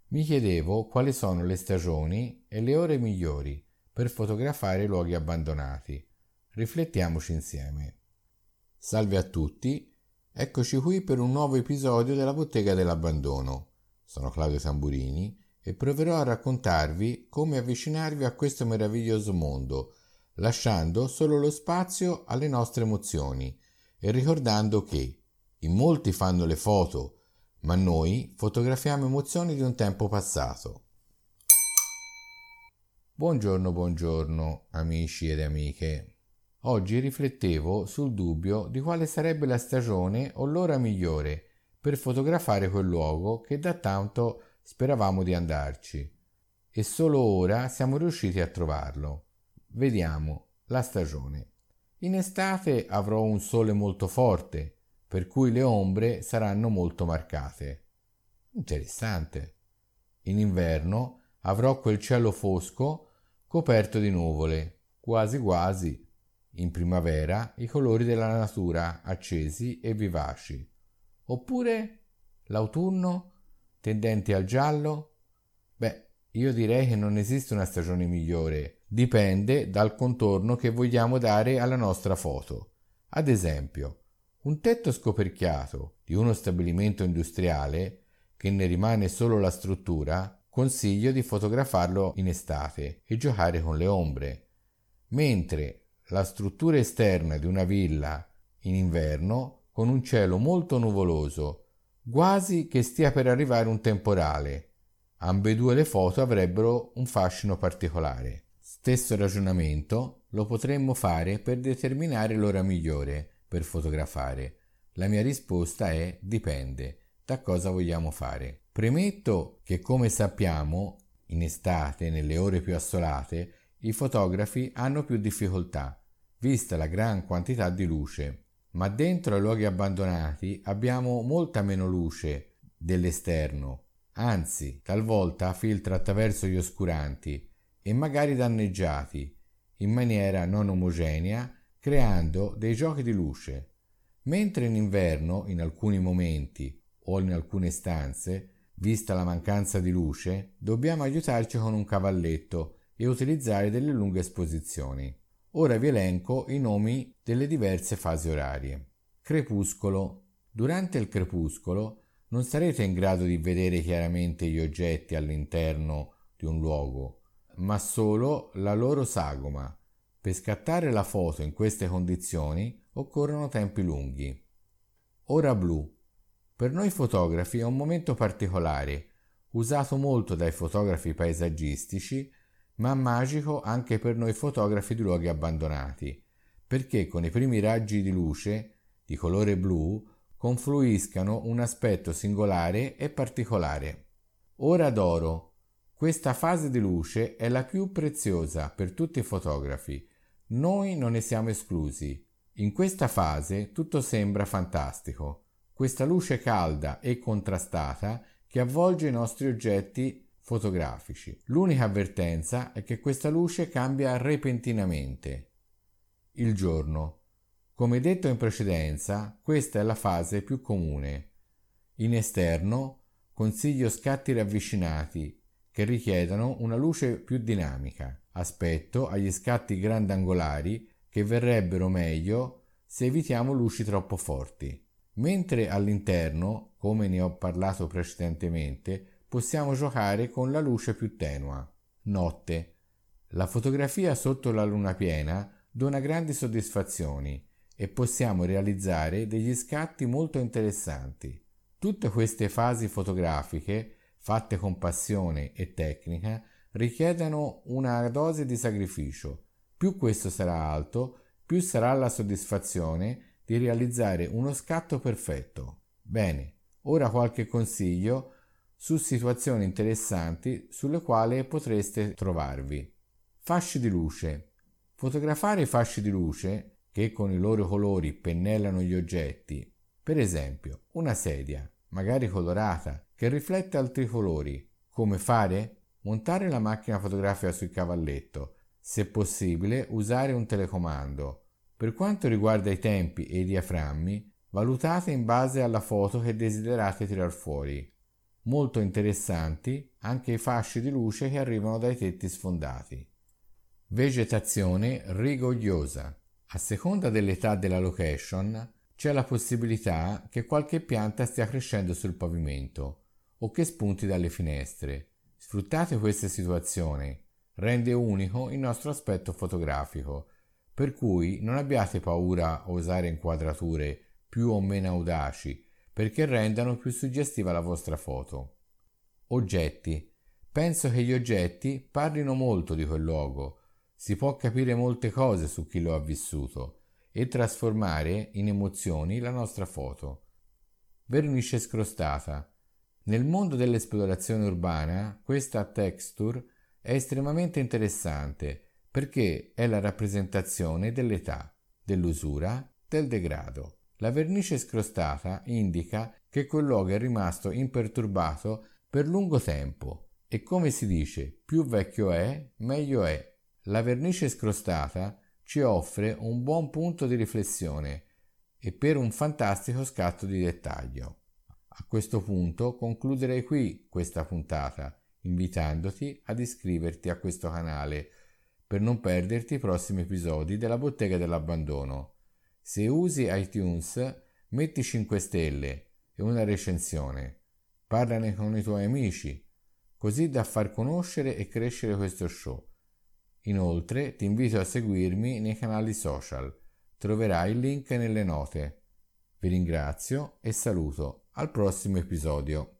Mi chiedevo quali sono le stagioni e le ore migliori per fotografare luoghi abbandonati. Riflettiamoci insieme. Salve a tutti, eccoci qui per un nuovo episodio della Bottega dell'Abbandono. Sono Claudio Tamburini e proverò a raccontarvi come avvicinarvi a questo meraviglioso mondo, lasciando solo lo spazio alle nostre emozioni e ricordando che in molti fanno le foto, ma noi fotografiamo emozioni di un tempo passato. Buongiorno amici ed amiche. Oggi riflettevo sul dubbio di quale sarebbe la stagione o l'ora migliore per fotografare quel luogo che da tanto speravamo di andarci e solo ora siamo riusciti a trovarlo. Vediamo la stagione. In estate avrò un sole molto forte, per cui le ombre saranno molto marcate. Interessante. In inverno avrò quel cielo fosco coperto di nuvole, quasi quasi. In primavera i colori della natura accesi e vivaci. Oppure l'autunno, tendenti al giallo? Io direi che non esiste una stagione migliore, dipende dal contorno che vogliamo dare alla nostra foto. Ad esempio, un tetto scoperchiato di uno stabilimento industriale, che ne rimane solo la struttura, consiglio di fotografarlo in estate e giocare con le ombre, mentre la struttura esterna di una villa in inverno con un cielo molto nuvoloso, quasi che stia per arrivare un temporale. Ambedue le foto avrebbero un fascino particolare. Stesso ragionamento lo potremmo fare per determinare l'ora migliore per fotografare. La mia risposta è dipende da cosa vogliamo fare. Premetto che, come sappiamo, in estate, nelle ore più assolate, i fotografi hanno più difficoltà, vista la gran quantità di luce, ma dentro ai luoghi abbandonati abbiamo molta meno luce dell'esterno, anzi talvolta filtra attraverso gli oscuranti e magari danneggiati, in maniera non omogenea, creando dei giochi di luce. Mentre in inverno, in alcuni momenti o in alcune stanze, vista la mancanza di luce, dobbiamo aiutarci con un cavalletto e utilizzare delle lunghe esposizioni. Ora vi elenco i nomi delle diverse fasi orarie. Crepuscolo. Durante il crepuscolo non sarete in grado di vedere chiaramente gli oggetti all'interno di un luogo, ma solo la loro sagoma. Per scattare la foto in queste condizioni occorrono tempi lunghi. Ora blu. Per noi fotografi è un momento particolare, usato molto dai fotografi paesaggistici, ma magico anche per noi fotografi di luoghi abbandonati, perché con i primi raggi di luce di colore blu confluiscano un aspetto singolare e particolare. Ora d'oro. Questa fase di luce è la più preziosa per tutti i fotografi. Noi non ne siamo esclusi. In questa fase tutto sembra fantastico. Questa luce calda e contrastata che avvolge i nostri oggetti fotografici. L'unica avvertenza è che questa luce cambia repentinamente. Il giorno. Come detto in precedenza, questa è la fase più comune. In esterno consiglio scatti ravvicinati che richiedano una luce più dinamica. Aspetto agli scatti grandangolari che verrebbero meglio se evitiamo luci troppo forti. Mentre all'interno, come ne ho parlato precedentemente, possiamo giocare con la luce più tenua. Notte. La fotografia sotto la luna piena dona grandi soddisfazioni e possiamo realizzare degli scatti molto interessanti. Tutte queste fasi fotografiche, fatte con passione e tecnica, richiedono una dose di sacrificio. Più questo sarà alto, più sarà la soddisfazione di realizzare uno scatto perfetto. Bene, ora qualche consiglio su situazioni interessanti sulle quali potreste trovarvi. Fasci di luce. Fotografare i fasci di luce che con i loro colori pennellano gli oggetti, per esempio una sedia, magari colorata, che riflette altri colori. Come fare? Montare la macchina fotografica sul cavalletto, se possibile usare un telecomando. Per quanto riguarda i tempi e i diaframmi, valutate in base alla foto che desiderate tirar fuori. Molto interessanti anche i fasci di luce che arrivano dai tetti sfondati. Vegetazione rigogliosa. A seconda dell'età della location c'è la possibilità che qualche pianta stia crescendo sul pavimento o che spunti dalle finestre. Sfruttate queste situazioni, rende unico il nostro aspetto fotografico, per cui non abbiate paura a usare inquadrature più o meno audaci perché rendano più suggestiva la vostra foto. Oggetti. Penso che gli oggetti parlino molto di quel luogo. Si può capire molte cose su chi lo ha vissuto e trasformare in emozioni la nostra foto. Vernice scrostata. Nel mondo dell'esplorazione urbana, questa texture è estremamente interessante perché è la rappresentazione dell'età, dell'usura, del degrado. La vernice scrostata indica che quel luogo è rimasto imperturbato per lungo tempo e, come si dice, più vecchio è, meglio è. La vernice scrostata ci offre un buon punto di riflessione e per un fantastico scatto di dettaglio. A questo punto concluderei qui questa puntata, invitandoti ad iscriverti a questo canale per non perderti i prossimi episodi della Bottega dell'Abbandono. Se usi iTunes, metti 5 stelle e una recensione. Parlane con i tuoi amici, così da far conoscere e crescere questo show. Inoltre ti invito a seguirmi nei canali social, troverai il link nelle note. Vi ringrazio e saluto, al prossimo episodio.